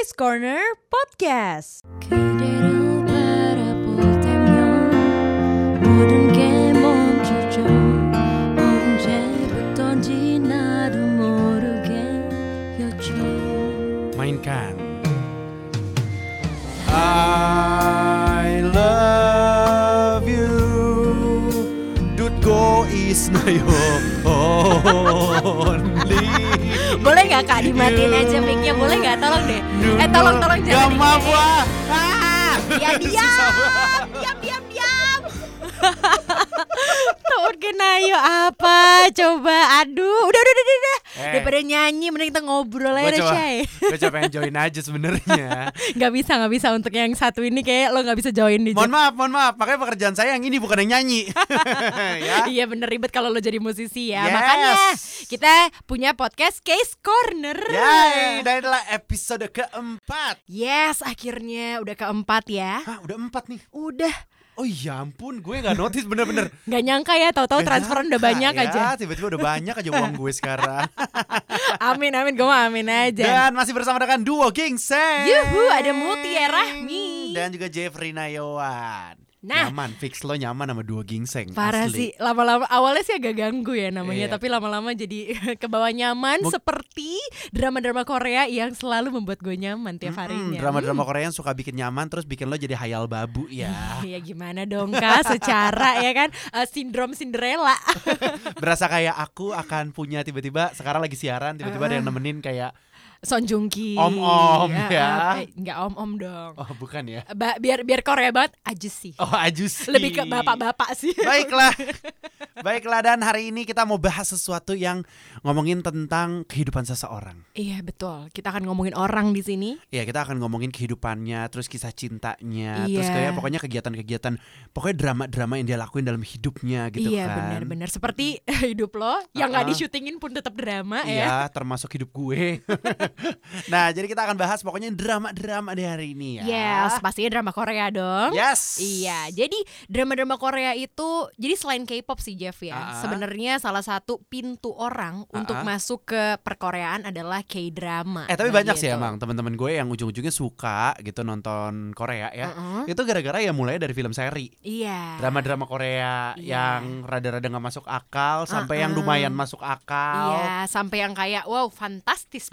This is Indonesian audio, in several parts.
Case Corner Podcast. 그대로 바라볼 때면 모든 게 멈추죠. 언제부턴지 나도 모르게 였죠. Mainkan. I love you. Dutko is my only. Boleh gak Kak dimatiin aja mic-nya? Boleh gak? Tolong deh. Tolong jangan. Gak mau gua. Ya diam. Tuh Genayo apa? Coba aduh. Udah. Daripada nyanyi mending kita ngobrol aja Shay. Gue coba pengen join aja sebenarnya. Gak bisa untuk yang satu ini kayak lo gak bisa join di. Mohon maaf. Makanya pekerjaan saya yang ini bukan yang nyanyi. Ya? Iya bener ribet kalau lo jadi musisi ya. Yes. Makanya kita punya podcast Case Corner. Yay, dan adalah episode keempat. Yes, akhirnya udah keempat ya. Hah, udah 4 nih. Udah. Oh ya ampun, gue gak notice bener-bener. Gak nyangka ya, tahu-tahu transferan udah banyak ya, aja. Tiba-tiba udah banyak aja uang gue sekarang. Amin, gue mah amin aja. Dan masih bersama dengan duo Gingseng. Yuhu, ada Mutia Rahmi. Dan juga Jeffrey Nayawan. Nah, nyaman, fix lo nyaman sama duo Gingseng. parah asli. sih, lama-lama awalnya sih agak ganggu ya namanya. Iya. Tapi lama-lama jadi kebawa nyaman. Seperti drama-drama Korea yang selalu membuat gue nyaman tiap harinya. Drama-drama Korea yang suka bikin nyaman terus bikin lo jadi hayal babu ya. Ya gimana dong Kak, secara ya kan sindrom Cinderella. Berasa kayak aku akan punya tiba-tiba sekarang lagi siaran tiba-tiba ada yang nemenin kayak Son Joong Ki. Om-om ya. Enggak om-om dong. oh bukan ya. Biar Korea banget Ajus sih. Oh Ajus. Lebih ke bapak-bapak sih. Baiklah dan hari ini kita mau bahas sesuatu yang ngomongin tentang kehidupan seseorang. Iya betul. Kita akan ngomongin orang di sini. Iya, kita akan ngomongin kehidupannya, terus kisah cintanya, Iya. terus kayak pokoknya kegiatan-kegiatan, pokoknya drama-drama yang dia lakuin dalam hidupnya gitu Iya kan. benar-benar seperti hidup lo yang nggak disyutingin pun tetap drama ya. Iya, termasuk hidup gue. Nah, jadi kita akan bahas pokoknya drama-drama di hari ini ya. Yes, pastinya drama Korea dong. Yes. Iya, jadi drama-drama Korea itu jadi selain K-pop sih Jeff ya. Sebenarnya salah satu pintu orang untuk masuk ke perkoreaan adalah K-drama. Tapi Nah, banyak sih gitu. emang teman-teman gue yang ujung-ujungnya suka gitu nonton Korea ya. Itu gara-gara ya mulai dari film seri. Iya. Drama-drama Korea yang rada-rada gak masuk akal sampai yang lumayan masuk akal. Iya, sampai yang kayak wow, fantastis,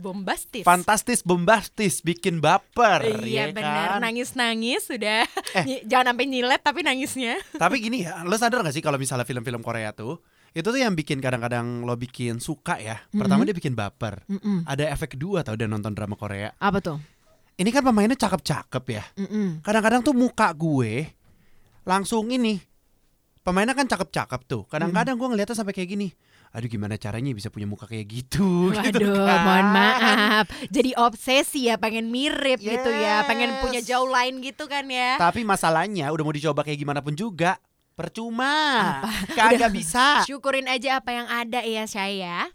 bombastis, bikin baper. Iya ya benar, kan? nangis sudah. Jangan sampai nyilet tapi nangisnya. Tapi gini ya, lo sadar gak sih kalau misalnya film-film Korea tuh itu tuh yang bikin kadang-kadang lo bikin suka ya. Pertama dia bikin baper. Ada efek kedua tau udah nonton drama Korea. Apa tuh? Ini kan pemainnya cakep-cakep ya. Kadang-kadang tuh muka gue langsung ini. Pemainnya kan cakep-cakep tuh. Kadang-kadang gue ngeliatnya sampai kayak gini. Aduh gimana caranya bisa punya muka kayak gitu. Waduh, gitu kan. mohon maaf. Jadi obsesi ya, pengen mirip gitu ya, pengen punya jawline gitu kan ya. Tapi masalahnya udah mau dicoba kayak gimana pun juga percuma. Kagak bisa. Syukurin aja apa yang ada ya saya.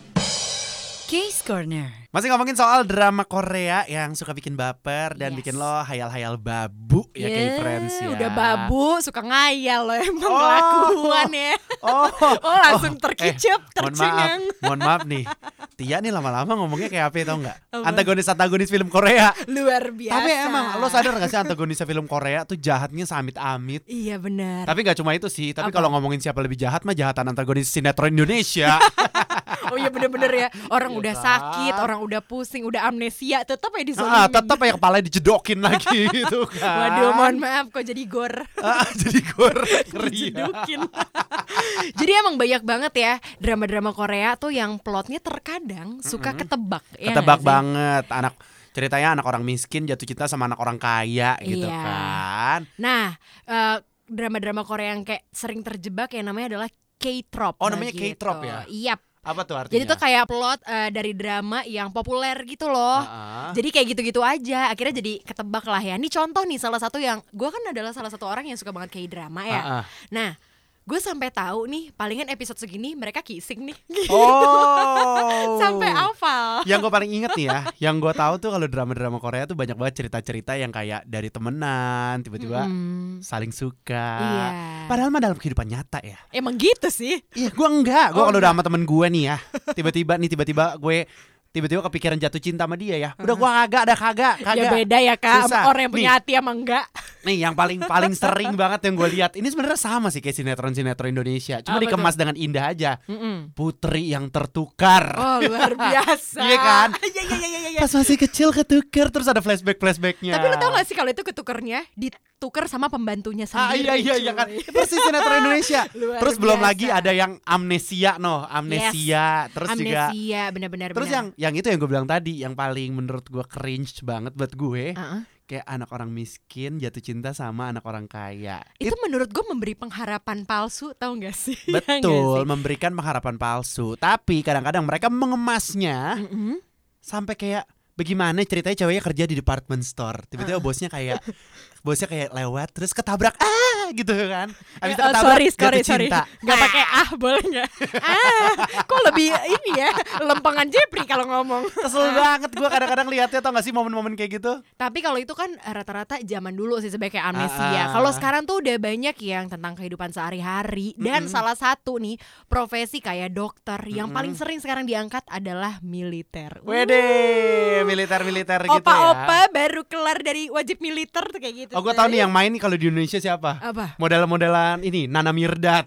Case Corner. Masih ngomongin soal drama Korea yang suka bikin baper dan bikin lo hayal-hayal babu ya kayak friends ya. Udah babu, suka ngayal lo emang kelakuan ya. Oh, Langsung terkicap, tercengang. Mohon maaf nih. Tia nih lama-lama ngomongnya kayak apa tau gak? Antagonis Film Korea. Luar biasa. Tapi emang lo sadar gak sih antagonisnya film Korea tuh jahatnya samit-amit. Iya benar. Tapi gak cuma itu sih. Tapi kalau ngomongin siapa lebih jahat mah jahatan antagonis sinetron Indonesia. Oh iya bener-bener ya. Orang udah sakit, orang udah pusing, udah amnesia, tetap aja dizolimin. Tetap ya kepalanya dijedokin lagi gitu kan. Waduh, mohon maaf kok jadi gor. Jadi gor ngeri. Dijedokin. Jadi emang banyak banget ya drama-drama Korea tuh yang plotnya terkadang suka ketebak. Ketebak banget. Ceritanya anak orang miskin jatuh cinta sama anak orang kaya gitu Iya. kan. Nah, drama-drama Korea yang kayak sering terjebak yang namanya adalah K-trop. Oh, namanya K-trop ya? Iya. Apa tuh artinya? Jadi tuh kayak plot dari drama yang populer gitu loh. Jadi kayak gitu-gitu aja. Akhirnya jadi ketebak lah ya. Ini contoh nih salah satu yang gue kan adalah salah satu orang yang suka banget K-drama ya. Nah, gue sampai tahu nih palingan episode segini mereka kissing nih. Oh. Sampai hafal. Yang gue paling inget nih ya, yang gue tahu tuh kalau drama-drama Korea tuh banyak banget cerita-cerita yang kayak dari temenan tiba-tiba saling suka. Iya. Padahal mah dalam kehidupan nyata ya. Emang gitu sih. Iya, gue enggak. Gue kalau udah sama temen gue nih ya, tiba-tiba gue tiba-tiba kepikiran jatuh cinta sama dia ya. Udah gua kagak. Ya beda ya Kak, Susah. orang yang punya hati sama enggak. Nih yang paling sering banget yang gue lihat. Ini sebenarnya sama sih kayak sinetron Indonesia. Cuma Apa dikemas dengan indah aja. Putri yang tertukar. Oh luar biasa. Iya kan? Iya. Pas masih kecil ketukar, terus ada flashbacknya. Tapi lu tau gak sih kalau itu ketukernya ditukar sama pembantunya sendiri. Iya kan. Persis sinetron Indonesia. Luar Terus belum biasa. lagi ada yang amnesia. Terus juga Amnesia, benar-benar. terus yang itu yang gue bilang tadi, yang paling menurut gue cringe banget buat gue. Kayak anak orang miskin jatuh cinta sama anak orang kaya. Itu menurut gue memberi pengharapan palsu, tau gak sih? Betul, memberikan pengharapan palsu. Tapi kadang-kadang mereka mengemasnya sampai kayak bagaimana ceritanya ceweknya kerja di department store. Tiba-tiba bosnya kayak lewat terus ketabrak gitu kan. Habis itu ketabrak jatuh cinta. Gak pakai boleh gak? Kok lebih ini ya, lempengan Jepri kalau ngomong. Kesel banget gue kadang-kadang lihatnya, tau gak sih momen-momen kayak gitu. Tapi kalau itu kan rata-rata zaman dulu sih sebagai kayak amnesia. Kalau sekarang tuh udah banyak yang tentang kehidupan sehari-hari. Dan salah satu nih profesi kayak dokter yang paling sering sekarang diangkat adalah militer. Wede, militer gitu ya. Opa-opa baru kelar dari wajib militer tuh kayak gitu. Oh, gue tahu nih yang main nih kalau di Indonesia siapa? Apa? Model-modelan ini Nana Mirdad.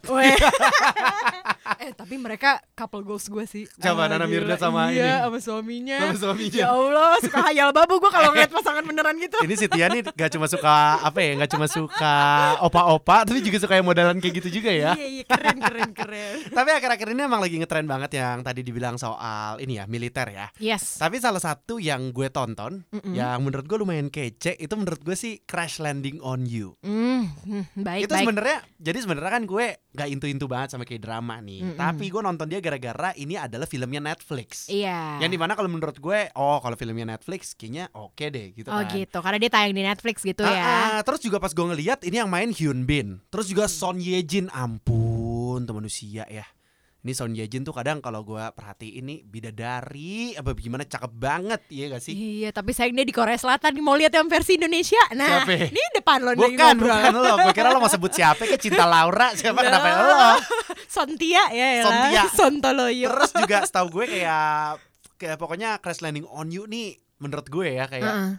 Tapi mereka couple goals gue sih. Coba Nana Mirdad sama ini. Iya, sama suaminya. Ya Allah, suka hayal babu gue kalau ngeliat pasangan beneran gitu. Ini si Tia nih gak cuma suka gak cuma suka opa-opa, tapi juga suka yang modelan kayak gitu juga ya. Iya, keren. Tapi akhir-akhir ini emang lagi ngetren banget yang tadi dibilang soal ini ya, militer ya. Yes. Tapi salah satu yang gue tonton yang menurut gue lumayan kece, itu menurut gue sih Crash Landing on You. Baik. Itu sebenarnya kan gue gak intu banget sama kayak drama nih. Tapi gue nonton dia gara-gara ini adalah filmnya Netflix. Iya. Yang dimana kalau menurut gue, kalau filmnya Netflix kayaknya oke deh gitu kan. Oh gitu, karena dia tayang di Netflix gitu ya. Terus juga pas gue ngeliat ini yang main Hyun Bin. Terus juga Son Ye Jin, ampun tuh manusia ya. Ini Son Ye Jin tuh kadang kalau gue perhatiin ini bidadari apa gimana, cakep banget, iya gak sih? Iya, tapi sayang dia di Korea Selatan nih, mau lihat yang versi Indonesia. Nah, siapa? ini depan lo nih Bukan ngobrol. lo, gue kira lo mau sebut siapa, kayak Cinta Laura, siapa kenapa lo? Sontia ya. Sontia. Sontoloyo. Terus juga setahu gue kayak pokoknya Crash Landing on You nih menurut gue ya kayak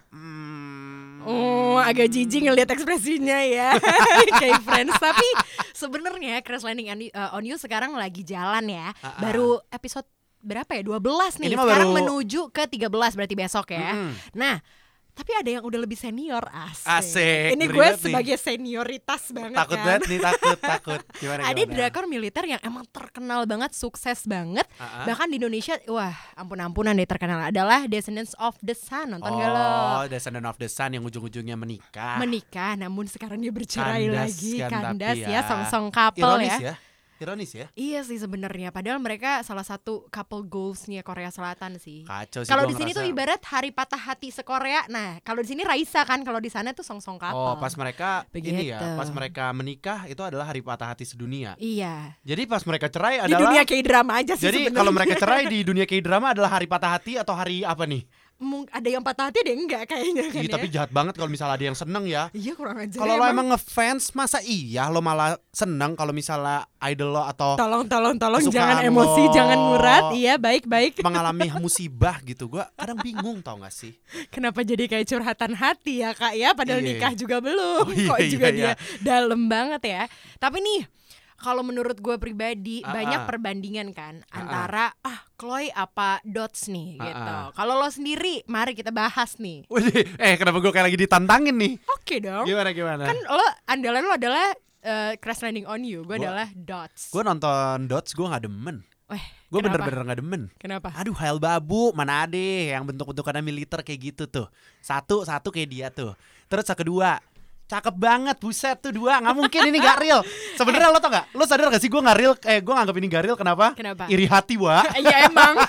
agak jijik ngeliat ekspresinya ya. Kayak Friends. Tapi sebenarnya Crash Landing on You sekarang lagi jalan ya. Baru episode berapa ya? 12 nih. Ini sekarang baru menuju ke 13 berarti besok ya. Nah, tapi ada yang udah lebih senior. Asik. Ini gue sebagai senioritas banget. Takut banget nih, takut. Gimana? Ada drakor militer yang emang terkenal banget, sukses banget. Bahkan di Indonesia, wah ampun-ampunan deh terkenal. Adalah Descendants of the Sun. Nonton gak lo? Oh, Descendants of the Sun yang ujung-ujungnya menikah. Namun sekarang dia bercerai lagi. Kandas ya, song-song couple. Ironis ya. Ironis ya. Iya sih sebenarnya. Padahal mereka salah satu couple goalsnya Korea Selatan sih. Kacau sih. Kalau di sini tuh ibarat hari patah hati se-Korea. Nah, kalau di sini Raisa kan, kalau di sana tuh song-song couple. Oh, pas mereka ini ya, Begitu. pas mereka menikah itu adalah hari patah hati sedunia. Iya. Jadi pas mereka cerai Di adalah dunia K-drama aja sih Jadi sebenarnya. kalau mereka cerai di dunia K-drama adalah hari patah hati atau hari apa nih? Ada yang patah hati, ada yang enggak kayaknya kan. Ih, tapi jahat banget kalau misalnya ada yang seneng ya. Iya, kurang aja. Kalau lo emang ngefans, masa iya lo malah seneng kalau misalnya idol lo atau Tolong kesukaan jangan emosi, lo jangan murat. Iya, baik. mengalami musibah gitu. Gua kadang bingung tau gak sih? Kenapa jadi kayak curhatan hati ya Kak ya, padahal Iya. nikah juga belum. Oh, iya, Kok juga iya. dia dalam banget ya. Tapi nih, kalau menurut gue pribadi banyak perbandingan kan antara Chloe apa Dots nih gitu. Kalau lo sendiri, mari kita bahas nih. Wih, kenapa gue kayak lagi ditantangin nih? Oke dong. Gimana? Kan andalan lo adalah Crash Landing on You, gue adalah Dots. Gue nonton Dots, gue gak demen. Gue bener-bener gak demen. Kenapa? Aduh, Hail Babu, mana ada yang bentuk-bentukannya militer kayak gitu tuh. Satu kayak dia tuh. Terus yang kedua, cakep banget, buset tuh dua, nggak mungkin ini gak real. Sebenarnya lo tau gak? Lo sadar gak sih gue gak real? Gue nganggap ini gak real. Kenapa? Iri hati, Wak. Iya emang.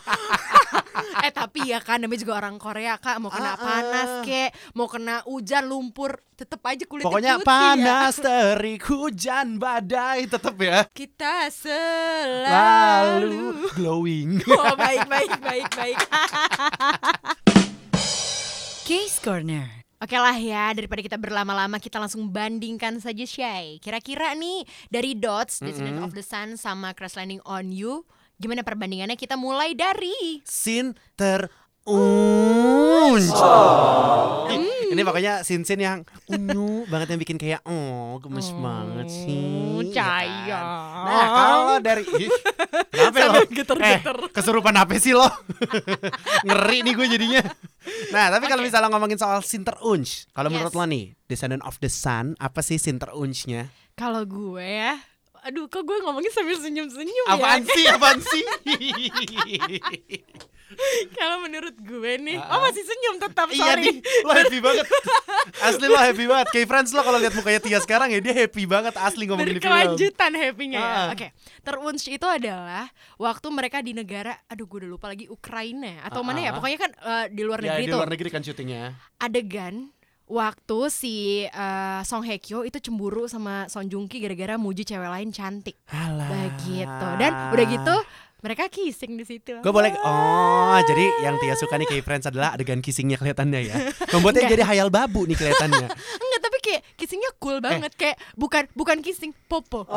Tapi ya kan namanya juga orang Korea Kak, mau kena panas kek, mau kena hujan lumpur, tetep aja kulitnya pokoknya putih panas, ya. terik, hujan, badai, tetep ya. Kita selalu glowing. Oh baik. Case Corner. Oke lah ya, daripada kita berlama-lama, kita langsung bandingkan saja Shay. Kira-kira nih dari Dots, Descendants of the Sun sama Crash Landing on You, Gimana perbandingannya? Kita mulai dari Scene terunch. Ini pokoknya scene-scene yang unyu banget, yang bikin kayak gemes banget sih. Caya. Nah kalau dari kenapa lo? Geter-geter. Kesurupan apa sih lo? Ngeri nih gue jadinya. Nah tapi kalau misalnya ngomongin soal scene terunch, kalau menurut lo nih Descendant of the Sun, apa sih scene terunchnya? Kalau gue ya, aduh kok gue ngomongin sambil senyum-senyum Apaan ya? Apaan sih? Kalau menurut gue nih, masih senyum tetap, Iya nih, sorry. lo happy banget. Asli lo happy banget. Kayak friends lo kalau lihat mukanya Tia sekarang ya, dia happy banget asli ngomongin di film. Berkelanjutan happy-nya ya. Oke. Terunch itu adalah waktu mereka di negara, aduh gue udah lupa lagi, Ukraina atau mana ya? Pokoknya kan di luar negeri Ya, di tuh. luar negeri kan syutingnya. Adegan waktu si Song Hye Kyo itu cemburu sama Son Joong Ki gara-gara muji cewek lain cantik. Alah. Begitu. Dan udah gitu mereka kissing di situ. Gue boleh. Jadi yang Tia suka nih kayak friends adalah adegan kissingnya kelihatannya ya. Membuatnya jadi hayal babu nih kelihatannya. Enggak, tapi kayak kissingnya cool banget, kayak bukan kissing, popo.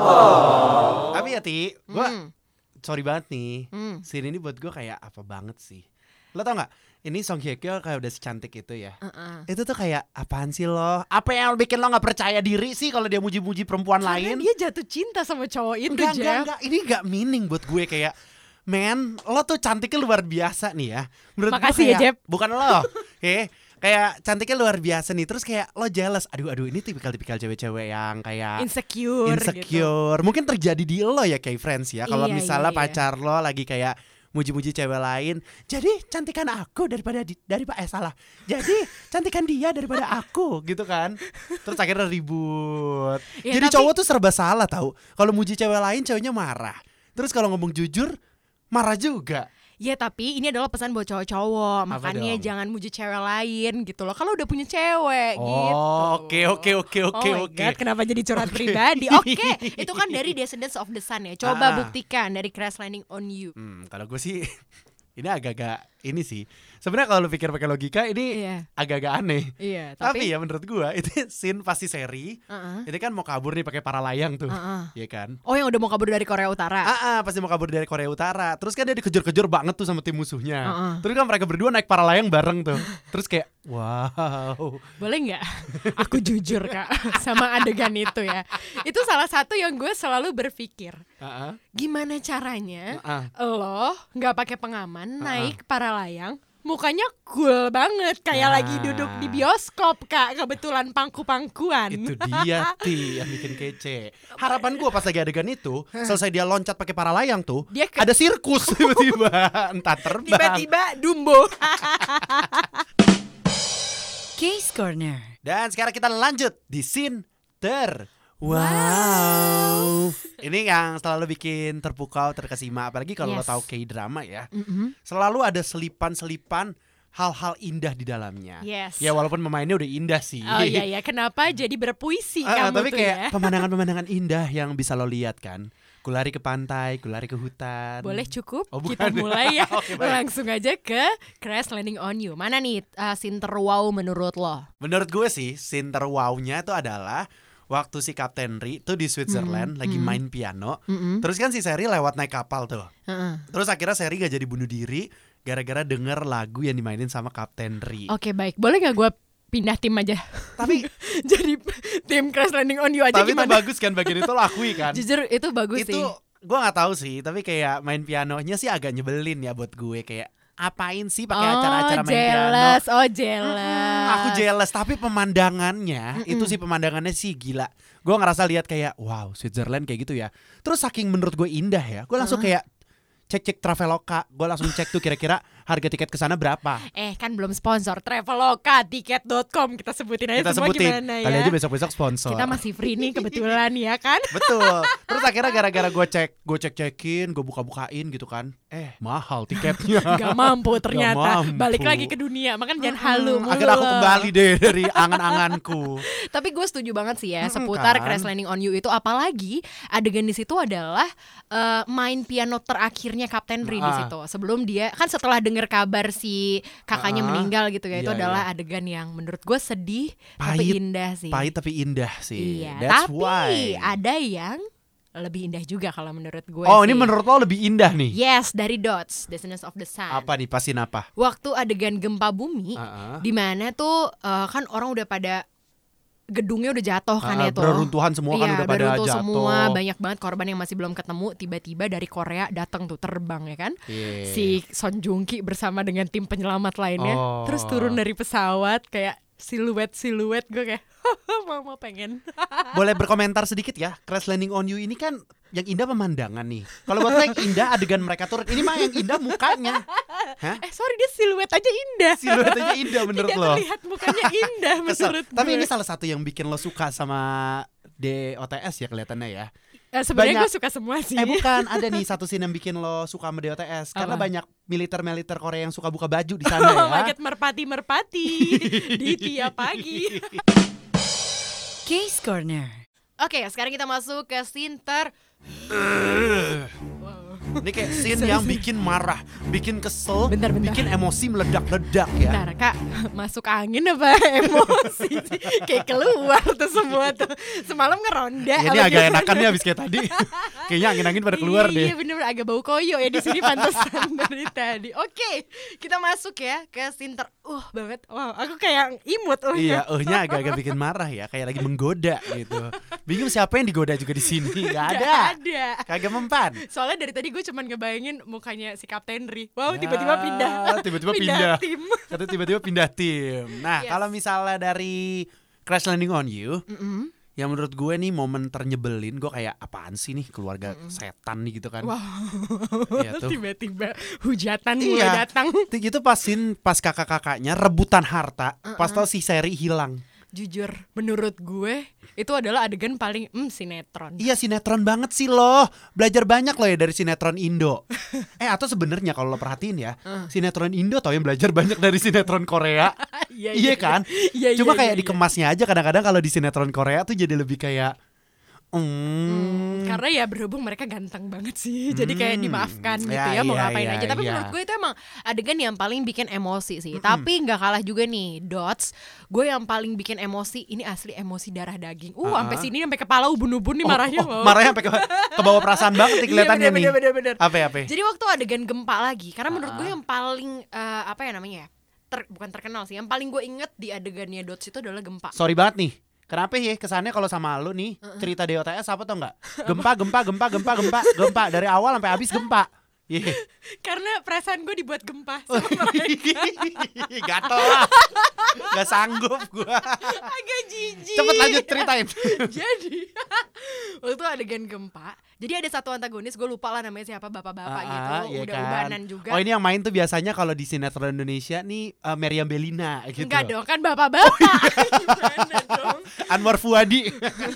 Tapi ya Ti, gue sorry banget nih. Scene ini buat gue kayak apa banget sih. Lo tau gak? Ini Song Hye Kyo kayak udah secantik itu ya. Itu tuh kayak apaan sih lo? Apa yang bikin lo gak percaya diri sih kalau dia muji-muji perempuan Karena lain? dia jatuh cinta sama cowok itu, Enggak. Ini gak meaning buat gue kayak, man, lo tuh cantiknya luar biasa nih ya. Menurut Makasih gue ya, kayak, Jeb. bukan lo. Kayak cantiknya luar biasa nih. Terus kayak lo jealous. Aduh ini tipikal cewek-cewek yang kayak insecure gitu. Mungkin terjadi di lo ya kayak friends ya. Kalau Iya, misalnya iya. pacar lo lagi kayak muji-muji cewek lain, jadi cantikan aku daripada jadi cantikan dia daripada aku gitu kan. Terus akhirnya ribut. Ya, Jadi tapi- cowok tuh serba salah tahu. Kalau muji cewek lain ceweknya marah. Terus kalau ngomong jujur marah juga. Ya tapi ini adalah pesan buat cowok-cowok. Apa Makanya dong? jangan muji cewek lain gitu loh. Kalau udah punya cewek gitu. Oke. Oh my God, kenapa jadi curhat pribadi? Oke, itu kan dari Descendants of the Sun ya. Coba buktikan dari Crash Landing on You. Kalau gue sih ini agak-agak ini sih. Sebenarnya kalau lu pikir pakai logika ini Iya. agak-agak aneh. Iya, Tapi ya menurut gue itu scene pasti seri. Itu kan mau kabur nih pakai para layang tuh. Iya kan? Oh, yang udah mau kabur dari Korea Utara. Pasti mau kabur dari Korea Utara. Terus kan dia dikejar-kejar banget tuh sama tim musuhnya. Terus kan mereka berdua naik para layang bareng tuh. Terus kayak wow. Boleh nggak? Aku jujur Kak sama adegan itu ya. Itu salah satu yang gue selalu berpikir. Gimana caranya lo nggak pakai pengaman naik para layang, mukanya cool banget kayak lagi duduk di bioskop Kak, kebetulan pangku-pangkuan. Itu dia Ti yang bikin kece. Harapan gue pas lagi adegan itu selesai dia loncat pakai para layang tuh, Dia ada sirkus tiba-tiba entah terbang. Tiba-tiba Dumbo. Case Corner. Dan sekarang kita lanjut di scene wow. Ini yang selalu bikin terpukau, terkesima. Apalagi kalau lo Yes. tahu K-drama ya. Selalu ada selipan-selipan hal-hal indah di dalamnya. Yes. Ya walaupun pemainnya udah indah sih. Oh iya, kenapa jadi berpuisi kamu tapi tuh kayak ya? pemandangan-pemandangan indah yang bisa lo lihat kan. Kulari ke pantai, kulari ke hutan. Boleh cukup? Oh, bukan. Kita mulai ya. Oke, baik. Langsung aja ke Crash Landing on You. Mana nih scene terwow menurut lo? Menurut gue sih scene terwow-nya itu adalah waktu si Kapten Ri tuh di Switzerland lagi main piano. Terus kan si Seri lewat naik kapal tuh. Terus akhirnya Seri gak jadi bunuh diri gara-gara denger lagu yang dimainin sama Kapten Ri. Oke, baik. Boleh nggak gue pindah tim aja? Tapi Jadi tim Crash Landing on You aja tapi itu gimana? bagus kan, bagian itu lo akui kan. Jujur itu bagus Itu sih. gue nggak tahu sih, tapi kayak main pianonya sih agak nyebelin ya buat gue. Kayak apain sih pakai acara-acara main jealous. piano? Oh jealous. Aku jealous, tapi pemandangannya itu sih pemandangannya sih gila. Gue ngerasa lihat kayak wow, Switzerland kayak gitu ya. Terus saking menurut gue indah ya, gue langsung kayak cek Traveloka. Gue langsung cek tuh kira-kira harga tiket ke sana berapa. Kan belum sponsor Traveloka, tiket.com kita sebutin aja Kita semua sebutin. gimana ya. Kali aja besok-besok sponsor. Kita masih free nih kebetulan ya kan. Betul. Terus akhirnya gara-gara gue cek-cekin, gue buka-bukain gitu kan. Mahal tiketnya. Gak mampu ternyata. Gak mampu. Balik lagi ke dunia. Makanya jangan halu mulu. Akhirnya aku loh. kembali deh dari angan-anganku. Tapi gue setuju banget sih ya seputar kan? Crash Landing on You itu, apalagi adegan di situ adalah main piano terakhirnya Kapten Ri di situ. Sebelum dia kan setelah dengar kabar si kakaknya meninggal gitu ya, itu Iya, adalah iya. adegan yang menurut gue sedih Pahit, tapi indah sih. Pahit tapi indah sih. Iya, That's tapi why. ada yang lebih indah juga kalau menurut gue Oh, sih. ini menurut lo lebih indah nih? Yes, dari Dots, Descendants of the Sun. Apa nih, pasin apa? Waktu adegan gempa bumi, di mana tuh kan orang udah pada gedungnya udah jatuh kan ya tuh. Beruntuhan semua kan udah pada jatuh. Semua, banyak banget korban yang masih belum ketemu. Tiba-tiba dari Korea datang tuh terbang ya kan. Si Son Joong Ki bersama dengan tim penyelamat lainnya. Terus turun dari pesawat kayak siluet gue kayak mama pengen. Boleh berkomentar sedikit ya? Crash Landing on You ini kan yang indah pemandangan nih. Kalau buat gue yang indah adegan mereka turun. Ini mah yang indah mukanya. Hah? Sorry, dia siluet aja indah. Siluet aja indah menurut lo. Terlihat mukanya indah menurut gue. Tapi ini salah satu yang bikin lo suka sama DOTS ya kelihatannya ya. Sebenarnya gue suka semua sih. Bukan, ada nih satu scene yang bikin lo suka sama DOTS. Karena banyak militer Korea yang suka buka baju di sana ya. Oh my god, merpati di tiap pagi. Case Corner. Oke, sekarang kita masuk ke scene Ini kayak scene yang bikin marah, bikin kesel, bentar. bikin emosi meledak-ledak ya. Bentar, Kak, masuk angin apa emosi sih? Kayak keluar tuh semua tuh. Semalam ngeronda. Ya, ini agak enakan nih abis kayak tadi. Kayaknya angin-angin pada keluar deh. Iya bener, agak bau koyo ya di sini pantesan dari tadi. Oke, kita masuk ya ke scene banget. Wow, aku kayak imut Iya, nya agak-agak bikin marah ya, kayak lagi menggoda gitu. Bingung siapa yang digoda juga di sini. Gak ada. Kagak mempan. Soalnya dari tadi gue cuman ngebayangin mukanya si Kapten Ri. Wow, tiba-tiba pindah tim. Kata tiba-tiba pindah tim. Nah, kalau misalnya dari Crash Landing on You, yang menurut gue nih momen ternyebelin, gue kayak apaan sih nih keluarga setan nih gitu kan. Wow. Ya, tuh. Tiba-tiba hujatan mulai datang. Itu pas kakak-kakaknya rebutan harta, pas tau si Seri hilang. Jujur, menurut gue itu adalah adegan paling sinetron. Iya, sinetron banget sih lo. Belajar banyak lo ya dari sinetron Indo. Atau sebenarnya kalau lo perhatiin ya, sinetron Indo tau yang belajar banyak dari sinetron Korea. Iya kan? Cuma kayak dikemasnya aja kadang-kadang kalau di sinetron Korea tuh jadi lebih kayak karena ya berhubung mereka ganteng banget sih, jadi kayak dimaafkan gitu ya, mau ngapain aja. Tapi menurut gue itu emang adegan yang paling bikin emosi sih. Tapi nggak kalah juga nih Dots, gue yang paling bikin emosi ini asli emosi darah daging. Sampai sini sampai kepala ubun-ubun nih marahnya. Marahnya sampai ke bawah perasaan banget nih kelihatannya nih. Bener. Apa? Jadi waktu adegan gempa lagi, karena menurut gue yang paling bukan terkenal sih, yang paling gue inget di adegannya Dots itu adalah gempa. Sorry banget nih. Kenapa ya kesannya kalau sama lu nih cerita DOTS apa tau nggak? Gempa dari awal sampai habis gempa. Karena perasaan gue dibuat gempa sama mereka. Gatel lah. Gak sanggup gue. Agak jijik. Cepet lanjut ceritain. Jadi waktu adegan gempa, jadi ada satu antagonis, gue lupa lah namanya siapa, bapak-bapak gitu, iya udah kan. ubanan juga. Oh, ini yang main tuh biasanya kalau di sinetron Indonesia nih Meriam Bellina gitu. Enggak dong, kan bapak-bapak. Gimana dong? Anwar Fuadi.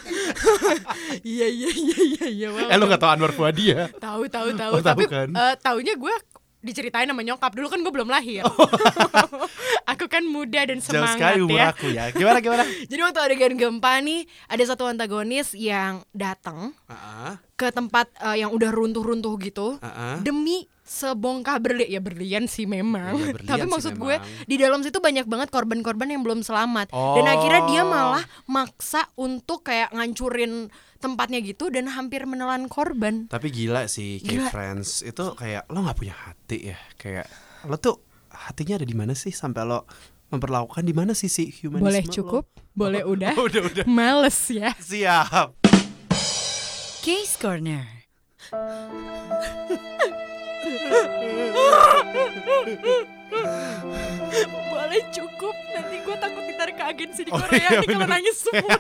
Iya. Wow. Lu gak tau Anwar Fuadi ya? Tahu. Oh, Tapi kan? taunya gue diceritain sama nyokap, dulu kan gue belum lahir. Aku kan muda dan semangat. Jauh sekali umur aku ya. Gimana? Jadi waktu adegan gempa nih, ada satu antagonis yang datang ke tempat yang udah runtuh gitu, demi sebongkah berlian sih memang. Iya, tapi maksud gue di dalam situ banyak banget korban-korban yang belum selamat. Dan akhirnya dia malah maksa untuk kayak ngancurin tempatnya gitu dan hampir menelan korban. Tapi gila sih, kayak Friends itu kayak lo nggak punya hati ya. Kayak lo tuh hatinya ada di mana sih sampai lo memperlakukan di mana sih humanisme? Boleh cukup, boleh udah. Udah. Males ya. Siap. Case Corner. Boleh cukup, nanti gue takut ditarik ke agensi di Korea nih kalau nangis semua.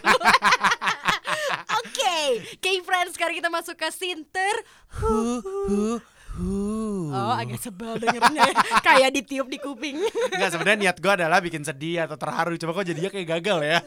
Oke, K-Friends, sekarang kita masuk ke scene Oh, agak sebel dengernya. Kayak ditiup di kuping. Enggak, sebenarnya niat gue adalah bikin sedih atau terharu, cuma kok jadinya kayak gagal ya.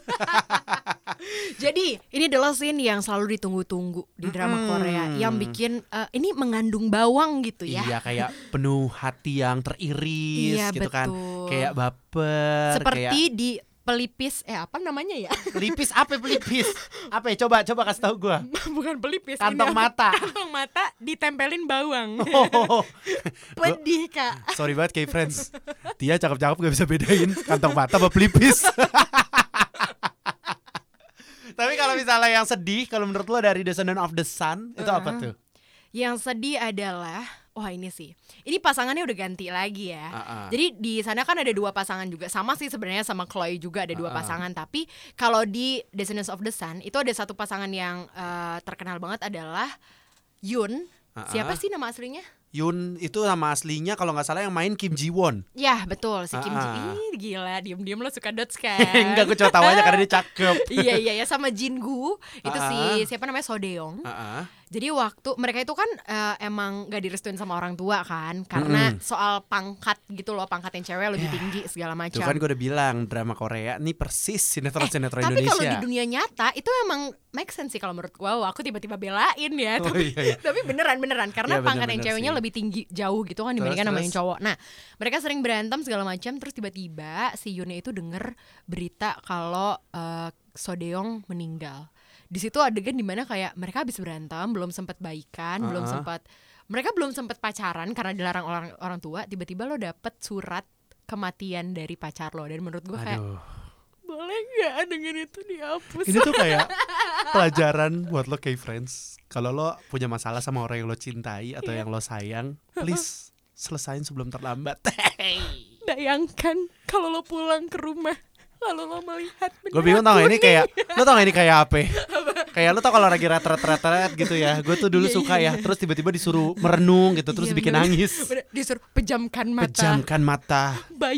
Jadi ini adalah scene yang selalu ditunggu-tunggu di drama Korea, yang bikin ini mengandung bawang gitu ya. Iya, kayak penuh hati yang teriris gitu kan. Kayak baper. Seperti di pelipis, apa namanya ya? Pelipis apa pelipis? Apa ya? Coba kasih tahu gue. Bukan pelipis. Kantong mata. Kantong mata ditempelin bawang. Pedih Kak. Sorry banget kayak Friends. Tia cakep-cakep gak bisa bedain kantong mata apa pelipis. Tapi kalau misalnya yang sedih kalau menurut lo dari Descendant of the Sun itu apa tuh? Yang sedih adalah ini sih. Ini pasangannya udah ganti lagi ya. Jadi di sana kan ada 2 pasangan juga. Sama sih sebenarnya sama Chloe juga ada 2 pasangan. Tapi kalau di Descendants of the Sun itu ada 1 pasangan yang terkenal banget adalah Yoon. Siapa sih nama aslinya? Yoon itu nama aslinya kalau nggak salah yang main Kim Ji Won. Ya betul, si Kim Ji. Ih gila, diem-diem lo suka dots kan? Enggak, gue cuma tahu aja karena dia cakep. Iya sama Jingu itu si siapa namanya Sodeong. Jadi waktu mereka itu kan emang gak direstuin sama orang tua kan, karena soal pangkat gitu loh, pangkat yang cewek lebih tinggi segala macam. Tuh kan gue udah bilang drama Korea nih persis sinetron-sinetron Indonesia. Tapi kalau di dunia nyata itu emang make sense sih kalau menurut gue. Aku tiba-tiba belain ya, tapi beneran karena pangkat yang ceweknya lebih tinggi jauh gitu kan dibandingkan sama yang cowok. Nah mereka sering berantem segala macam, terus tiba-tiba si Yoonnya itu denger berita kalau Sodeong meninggal. Di situ adegan dimana kayak mereka habis berantem, belum sempat baikan, mereka belum sempat pacaran karena dilarang orang tua. Tiba-tiba lo dapet surat kematian dari pacar lo, dan menurut gue kayak boleh nggak adegan itu dihapus? Ini tuh kayak pelajaran buat lo K-Friends. Kalau lo punya masalah sama orang yang lo cintai atau yang lo sayang, please selesain sebelum terlambat. Bayangkan kalau lo pulang ke rumah lalu lo melihat benda. Gue bingung tau gak ini kayak, lo tau gak ini kayak apa? Kayak lo tau kalau lagi retret gitu ya. Gue tuh dulu suka ya, terus tiba-tiba disuruh merenung gitu, terus bikin nangis. Disuruh pejamkan mata.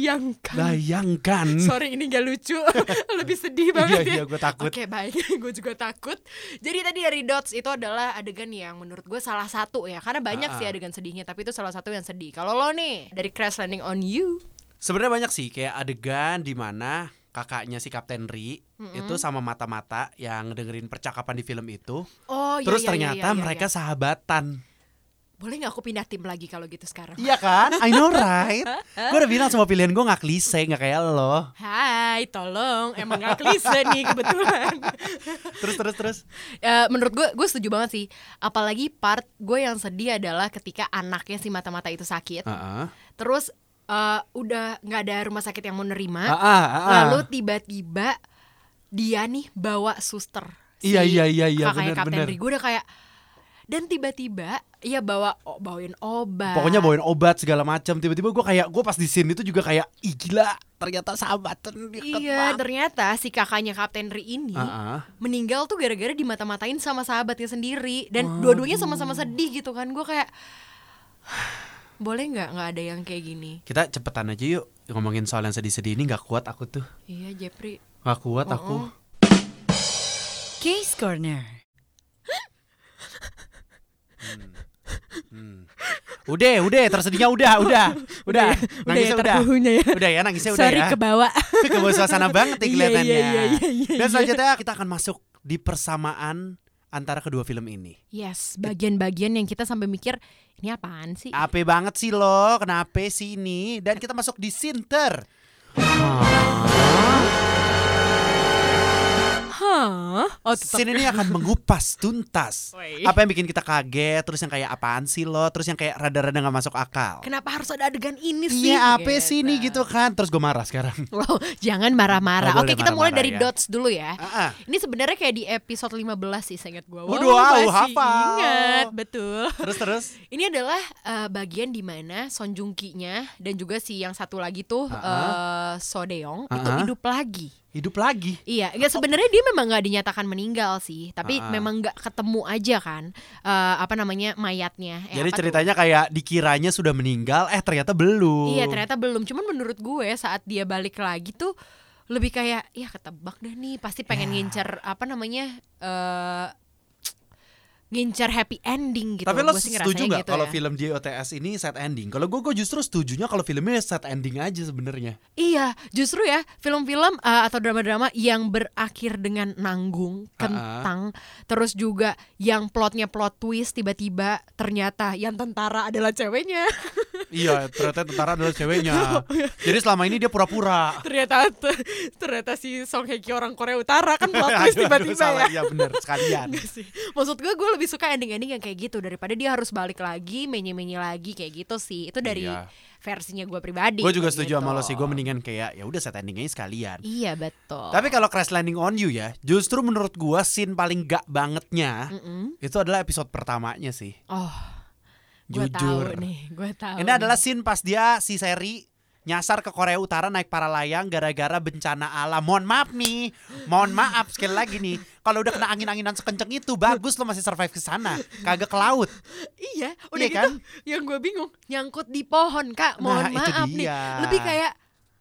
Bayangkan. Sorry ini gak lucu. Lebih sedih banget ya. Iya gue takut. Oke baik, gue juga takut. Jadi tadi dari Dots itu adalah adegan yang menurut gue salah satu ya, karena banyak sih adegan sedihnya, tapi itu salah satu yang sedih. Kalau lo nih dari Crash Landing on You, sebenarnya banyak sih kayak adegan di mana kakaknya si Kapten Ri itu sama mata-mata yang dengerin percakapan di film itu. Terus ternyata mereka sahabatan. Boleh gak aku pindah tim lagi kalau gitu sekarang? Iya kan? I know right? Gue udah bilang semua pilihan gue gak klise, gak kayak lo. Hai, tolong, emang gak klise nih kebetulan. Terus menurut gue setuju banget sih. Apalagi part gue yang sedih adalah ketika anaknya si mata-mata itu sakit. Terus udah nggak ada rumah sakit yang mau nerima, lalu tiba-tiba dia nih bawa suster, iya kakaknya Kapten Ri. Gue udah kayak, dan tiba-tiba ya bawain obat. Pokoknya bawain obat segala macam. Tiba-tiba gue kayak, gue pas di scene itu juga kayak, ih gila, ternyata sahabatan. Iya, ternyata si kakaknya Kapten Ri ini meninggal tuh gara-gara dimata-matain sama sahabatnya sendiri, dan dua-duanya sama-sama sedih gitu kan. Gue kayak boleh nggak ada yang kayak gini? Kita cepetan aja yuk ngomongin soal yang sedih-sedih ini. Nggak kuat aku tuh. Iya Jeffrey. Nggak kuat aku. Case Corner. Udah, tersedihnya udah. Nangisnya udah. Ya. Udah ya, nangisnya udah. Sorry, ya. kebawa suasana banget nih kelihatannya. Iya. Dan selanjutnya kita akan masuk di persamaan antara kedua film ini. Yes, bagian-bagian yang kita sampai mikir, ini apaan sih? Ape banget sih lo, kenapa sih ini? Dan kita masuk di Sinter. Scene ini akan mengupas tuntas apa yang bikin kita kaget, terus yang kayak apaan sih lo, terus yang kayak rada-rada gak masuk akal. Kenapa harus ada adegan ini sih? Iya, apa sih ini gitu kan. Terus gue marah sekarang. Loh, jangan marah-marah. Oke, kita mulai dari ya. Dots dulu ya. Ini sebenarnya kayak di episode 15 sih, seingat gue. Wow, hafal. Ingat, betul. Terus ini adalah bagian dimana Son Joong Ki-nya dan juga si yang satu lagi tuh Sodeong itu hidup lagi. Iya, enggak, sebenarnya dia memang nggak dinyatakan meninggal sih, tapi memang nggak ketemu aja kan mayatnya. Jadi ceritanya kayak dikiranya sudah meninggal, ternyata belum. Iya, ternyata belum. Cuman menurut gue saat dia balik lagi tuh lebih kayak ya ketebak deh nih, pasti pengen ngincer ngincar happy ending gitu. Tapi lo setuju nggak gitu kalau film JOTS ini set ending? Kalau gue justru setujunya kalau filmnya set ending aja sebenarnya. Iya, justru ya film-film atau drama-drama yang berakhir dengan nanggung, kentang, terus juga yang plotnya plot twist, tiba-tiba ternyata yang tentara adalah ceweknya. Iya, ternyata tentara adalah ceweknya. Jadi selama ini dia pura-pura. Ternyata si Song Hye Kyo orang Korea Utara kan plot twist tiba-tiba ya. Iya benar sekalian. Maksud gue lebih suka ending-ending yang kayak gitu daripada dia harus balik lagi menye-menye lagi kayak gitu sih. Itu dari versinya gue pribadi. Gue juga setuju gitu. sama lo sih. Gue mendingan kayak ya udah set endingnya sekalian. Iya betul. Tapi kalau Crash Landing on You ya, justru menurut gue scene paling gak bangetnya itu adalah episode pertamanya sih. Oh, jujur. Gue tahu. Ini adalah scene pas dia si Seri nyasar ke Korea Utara naik para layang gara-gara bencana alam. Mohon maaf sekali lagi nih. Kalau udah kena angin-anginan sekenceng itu bagus lo masih survive ke sana, kagak ke laut. Iya, udah iya gitu kan? yang gue bingung nyangkut di pohon Kak. Mohon maaf nih. Lebih kayak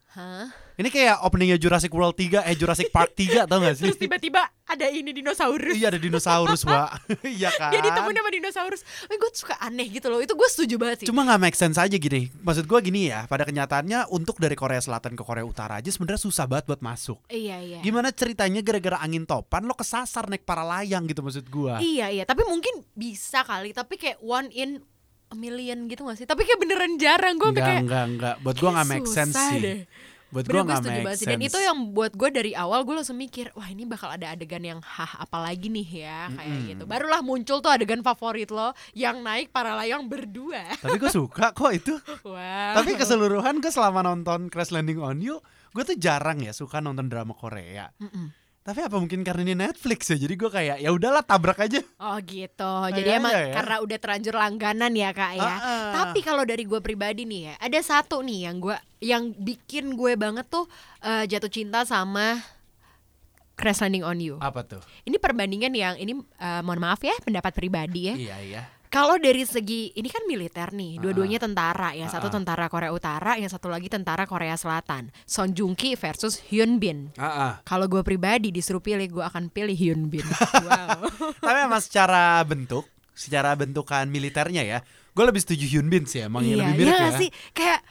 Ini kayak openingnya Jurassic World 3, Jurassic Park 3 tau gak sih? Terus tiba-tiba ada ini dinosaurus. Iya ada dinosaurus, Wak. Iya kan? Dia ditemuin sama dinosaurus. Gue suka aneh gitu loh. Itu gue setuju banget sih. Cuma gak make sense aja gini. Maksud gue gini ya, pada kenyataannya untuk dari Korea Selatan ke Korea Utara aja sebenarnya susah banget buat masuk. Iya. Gimana ceritanya gara-gara angin topan lo kesasar naik para layang gitu maksud gue. Iya, tapi mungkin bisa kali. Tapi kayak one in a million gitu gak sih? Tapi kayak beneran jarang. Gue kayak Enggak. Buat gue gak make sense sih deh. Buat gue gak setuju make banget sih. sense. Dan itu yang buat gue dari awal gue langsung mikir, wah ini bakal ada adegan yang apalagi nih ya, kayak gitu. Barulah muncul tuh adegan favorit lo yang naik para layang berdua. Tapi gue suka kok itu. Wow. Tapi keseluruhan gue selama nonton Crash Landing on You, gue tuh jarang ya suka nonton drama Korea. Tapi apa mungkin karena ini Netflix ya, jadi gue kayak ya udahlah tabrak aja. Oh gitu. Jadi emang ya. karena udah terlanjur langganan ya Kak ya. Tapi kalau dari gue pribadi nih ya, ada satu nih yang bikin gue banget tuh jatuh cinta sama Crash Landing on You. Apa tuh? Ini perbandingan yang ini mohon maaf ya, pendapat pribadi ya. Iya. Kalau dari segi ini kan militer nih, dua-duanya tentara, yang satu tentara Korea Utara, yang satu lagi tentara Korea Selatan. Song Joong Ki versus Hyun Bin. Kalau gue pribadi disuruh pilih, gue akan pilih Hyun Bin. Wow. Tapi emang secara bentukan militernya ya, gue lebih setuju Hyun Bin sih emang yang lebih mirip ya. Sih, kayak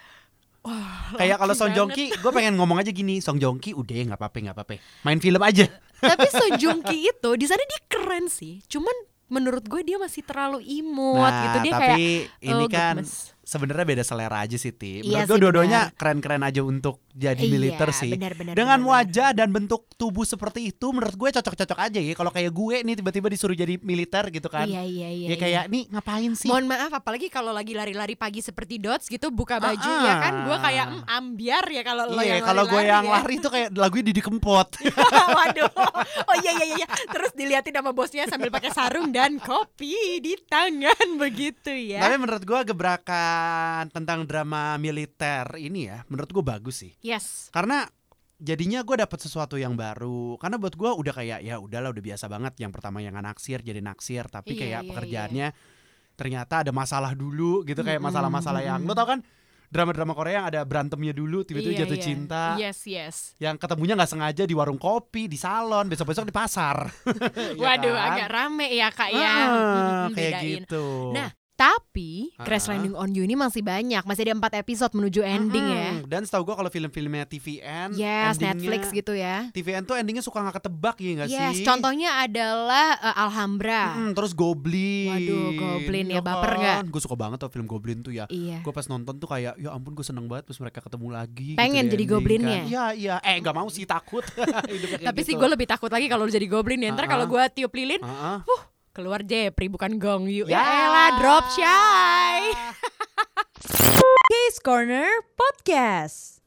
kayak kalau Song Joong Ki, gue pengen ngomong aja gini, Song Joong Ki udah nggak apa-apa, main film aja. Tapi Song Joong Ki itu di sana dia keren sih, cuman menurut gue dia masih terlalu imut gitu. Dia tapi kayak ini kan sebenarnya beda selera aja sih, Ti. Menurut Iya gue sih, dua-duanya keren-keren aja untuk jadi militer sih. Benar, Dengan wajah dan bentuk tubuh seperti itu menurut gue cocok-cocok aja ya. Kalau kayak gue nih tiba-tiba disuruh jadi militer gitu kan. Iya. Ya kayak nih ngapain sih? Mohon maaf, apalagi kalau lagi lari-lari pagi seperti Dots gitu, buka baju ya kan, gue kayak ambiar ya kalau lo yang kalau gue yang ya. lari tuh kayak lagunya Didi Kempot. Waduh. Oh iya. Terus diliatin sama bosnya sambil pakai sarung dan kopi di tangan begitu ya. Tapi menurut gue gebrakan tentang drama militer ini ya, menurut gue bagus sih. Yes. Karena jadinya gue dapet sesuatu yang baru. Karena buat gue udah kayak ya udahlah udah biasa banget. Yang pertama yang naksir jadi naksir, tapi kayak pekerjaannya ternyata ada masalah dulu gitu, kayak masalah-masalah yang lo tau kan drama-drama Korea yang ada berantemnya dulu, tiba-tiba jatuh cinta. Yes. Yang ketemunya nggak sengaja di warung kopi, di salon, besok-besok di pasar. Waduh, kan? agak rame ya Kak ya. Kayak Bedain. gitu. Nah, tapi Crash Landing on You ini masih banyak, masih ada 4 episode menuju ending ya. Dan setahu gue kalau film-filmnya TVN, Yes, Netflix gitu ya. TVN tuh endingnya suka nggak ketebak ya nggak sih? Yes, contohnya adalah Alhambra. Terus Goblin. Waduh, Goblin ya, baper nggak? Gue suka banget tuh film Goblin tuh ya. Iya. Gue pas nonton tuh kayak, ya ampun gue seneng banget pas mereka ketemu lagi. Pengen gitu jadi Goblinnya? Kan. Iya. Nggak mau sih, takut. Tapi sih gue lebih takut lagi kalau jadi Goblin ya. Ntar kalau gue tiup lilin, keluar Jepri bukan Gong Yu. Ya elah, drop shy. Case Corner Podcast.